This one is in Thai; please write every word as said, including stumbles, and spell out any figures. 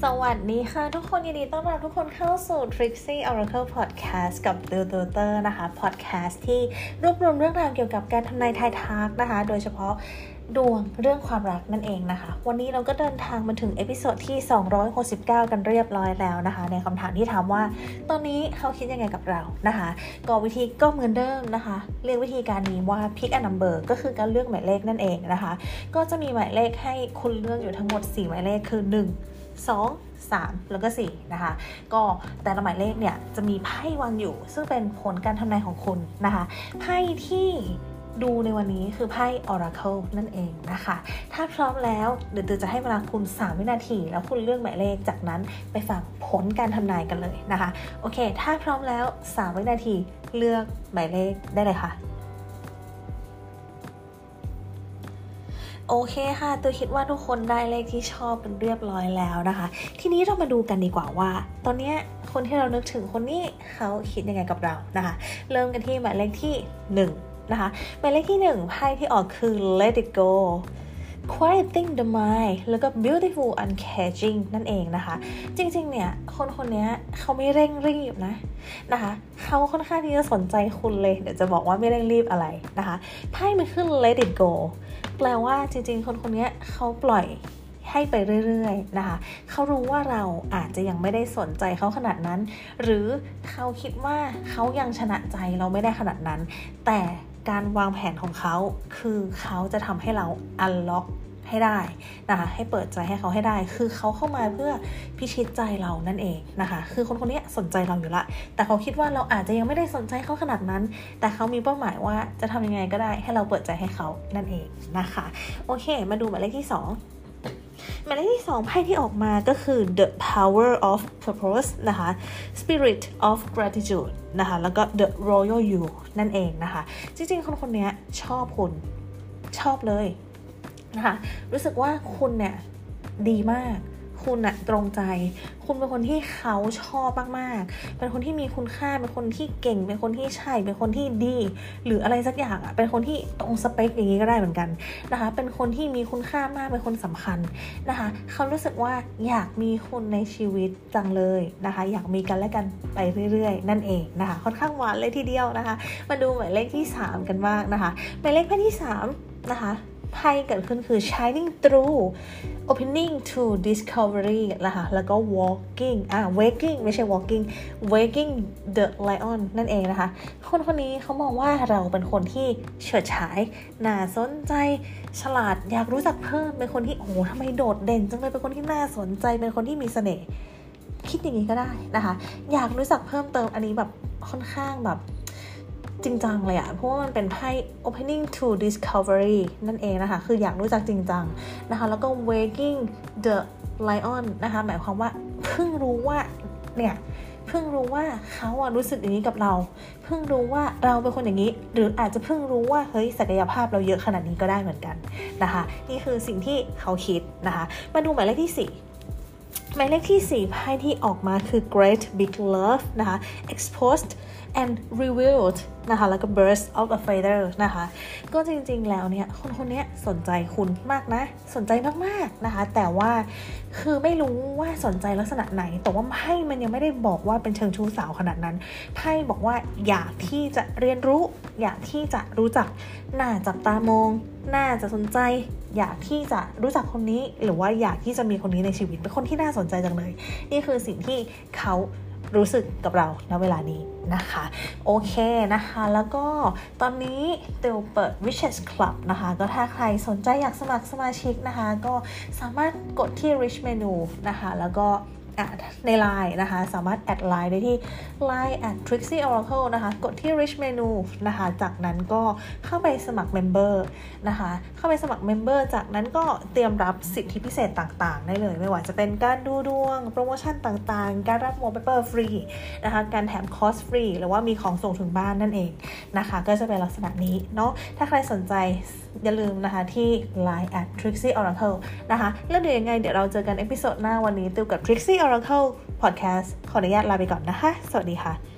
สวัสดีค่ะทุกคนยินดีต้อนรับทุกคนเข้าสู่ Trixie Oracle Podcast กับ Bill Tutor นะคะ Podcast ที่รวบรวมเรื่องราวเกี่ยวกับการทำนายทายทักนะคะโดยเฉพาะดวงเรื่องความรักนั่นเองนะคะวันนี้เราก็เดินทางมาถึงเอพิโซดที่สองร้อยหกสิบเก้ากันเรียบร้อยแล้วนะคะในคำถามที่ถามว่าตอนนี้เขาคิดยังไงกับเรานะคะก็วิธีก็เหมือนเดิมนะคะเรียกวิธีการนี้ว่า Pick a number ก็คือการเลือกหมายเลขนั่นเองนะคะก็จะมีหมายเลขให้คุณเลือกอยู่ทั้งหมดสี่หมายเลขคือหนึ่ง สอง สามแล้วก็สี่นะคะก็แต่ละหมายเลขเนี่ยจะมีไพ่วางอยู่ซึ่งเป็นผลการทำนายของคุณนะคะไพ่ที่ดูในวันนี้คือไพ่ Oracle นั่นเองนะคะถ้าพร้อมแล้วเดี๋ยวจะให้เวลาคุณสามวินาทีแล้วคุณเลือกหมายเลขจากนั้นไปฟังผลการทำนายกันเลยนะคะโอเคถ้าพร้อมแล้วสามวินาทีเลือกหมายเลขได้เลยค่ะโอเคค่ะตัวคิดว่าทุกคนได้เลขที่ชอบเป็นเรียบร้อยแล้วนะคะทีนี้เรามาดูกันดีกว่าว่าตอนนี้คนที่เรานึกถึงคนนี้เขาคิดยังไงกับเรานะคะเริ่มกันที่หมายเลขที่หนึ่งนะคะหมายเลขที่หนึ่งไพ่ที่ออกคือ let it go quieting the mind แล้วก็ beautiful uncaging นั่นเองนะคะจริงๆเนี่ยคนคนนี้เขาไม่เร่งรีบนะนะคะเขาค่อนข้างที่จะสนใจคุณเลยเดี๋ยวจะบอกว่าไม่เร่งรีบอะไรนะคะไพ่มันขึ้น let it go แปลว่าจริงๆคนคนนี้เขาปล่อยให้ไปเรื่อยๆนะคะเขารู้ว่าเราอาจจะยังไม่ได้สนใจเขาขนาดนั้นหรือเขาคิดว่าเขายังชนะใจเราไม่ได้ขนาดนั้นแต่การวางแผนของเขาคือเขาจะทำให้เรา unlock ให้ได้นะคะให้เปิดใจให้เขาให้ได้คือเขาเข้ามาเพื่อพิชิตใจเรานั่นเองนะคะคือคนคนนี้สนใจเราอยู่ละแต่เขาคิดว่าเราอาจจะยังไม่ได้สนใจเขาขนาดนั้นแต่เขามีเป้าหมายว่าจะทำยังไงก็ได้ให้เราเปิดใจให้เขานั่นเองนะคะโอเคมาดูหมายเลขที่สองหมายเลขที่สองไพ่ที่ออกมาก็คือ the power of purpose นะคะ spirit of gratitude นะคะแล้วก็ the royal you นั่นเองนะคะจริงๆคนคนนี้ชอบคุณชอบเลยนะคะรู้สึกว่าคุณเนี่ยดีมากคุณน่ะตรงใจคุณเป็นคนที่เขาชอบมากๆเป็นคนที่มีคุณค่าเป็นคนที่เก่งเป็นคนที่ใช่เป็นคนที่ดีหรืออะไรสักอย่างอ่ะเป็นคนที่ตรงสเปคอย่างนี้ก็ได้เหมือนกันนะคะเป็นคนที่มีคุณค่ามากเป็นคนสำคัญนะคะเขารู้สึกว่าอยากมีคุณในชีวิตจังเลยนะคะอยากมีกันและกันไปเรื่อยๆนั่นเองนะคะค่อนข้างหวานเลยทีเดียวนะคะมาดูหมายเลขที่สามกันบ้างนะคะหมายเลขที่สามนะคะไพ่เกิดขึ้นคือ shining through opening to discovery นะคะแล้วก็ walking อ่ะ waking ไม่ใช่ walking waking the lion นั่นเองนะคะคนคนนี้เขามองว่าเราเป็นคนที่เฉิดฉายน่าสนใจฉลาดอยากรู้จักเพิ่มเป็นคนที่โอ้โหทำไมโดดเด่นจังเลยเป็นคนที่น่าสนใจเป็นคนที่มีเสน่ห์คิดอย่างนี้ก็ได้นะคะอยากรู้จักเพิ่มเติมอันนี้แบบค่อนข้างแบบจริงจังเลยอะเพราะว่ามันเป็นไพ่ opening to discovery นั่นเองนะคะคืออยากรู้จักจริงจังนะคะแล้วก็ waking the lion นะคะหมายความว่าเพิ่งรู้ว่าเนี่ยเพิ่งรู้ว่าเขาอะรู้สึกอย่างนี้กับเราเพิ่งรู้ว่าเราเป็นคนอย่างนี้หรืออาจจะเพิ่งรู้ว่าเฮ้ยศักยภาพเราเยอะขนาดนี้ก็ได้เหมือนกันนะคะนี่คือสิ่งที่เขาคิดนะคะมาดูหมายเลขที่สี่หมายเลขที่สี่ไพ่ที่ออกมาคือ great big love นะคะ exposed and revealed นะคะแล้วก็ burst of a feather นะคะก็จริงๆแล้วเนี่ยคนคนนี้สนใจคุณมากนะสนใจมากๆนะคะแต่ว่าคือไม่รู้ว่าสนใจลักษณะไหนแต่ว่าไพ่มันยังไม่ได้บอกว่าเป็นเชิงชู้สาวขนาดนั้นไพ่บอกว่าอยากที่จะเรียนรู้อยากที่จะรู้จักน่าจับตามองน่าจะสนใจอยากที่จะรู้จักคนนี้หรือว่าอยากที่จะมีคนนี้ในชีวิตเป็นคนที่น่าสนใจจังเลยนี่คือสิ่งที่เขารู้สึกกับเราณเวลานี้นะคะโอเคนะคะแล้วก็ตอนนี้เตลเปิด Wishes Club นะคะก็ถ้าใครสนใจอยากสมัครสมาชิกนะคะก็สามารถกดที่ Rich Menu นะคะแล้วก็ใน ไลน์ นะคะสามารถแอดไลน์ได้ที่ ไลน์ แอท Trixie Oracle นะคะกดที่ Rich Menu นะคะจากนั้นก็เข้าไปสมัคร Member นะคะเข้าไปสมัคร Member จากนั้นก็เตรียมรับสิทธิพิเศษต่างๆได้เลยไม่ว่าจะเป็นการดูดวงโปรโมชั่นต่างๆการรับ Wallpaper ฟรีนะคะการแถมคอร์สฟรีหรือว่ามีของส่งถึงบ้านนั่นเองนะคะก็จะเป็นลักษณะนี้เนาะถ้าใครสนใจอย่าลืมนะคะที่ ไลน์ แอท Trixie Oracle นะคะแล้วเดี๋ยวยังไงเดี๋ยวเราเจอกันเอพิโซดหน้าวันนี้ติวกับ Trixie Oracle Podcast ขออนุญาตลาไปก่อนนะคะสวัสดีค่ะ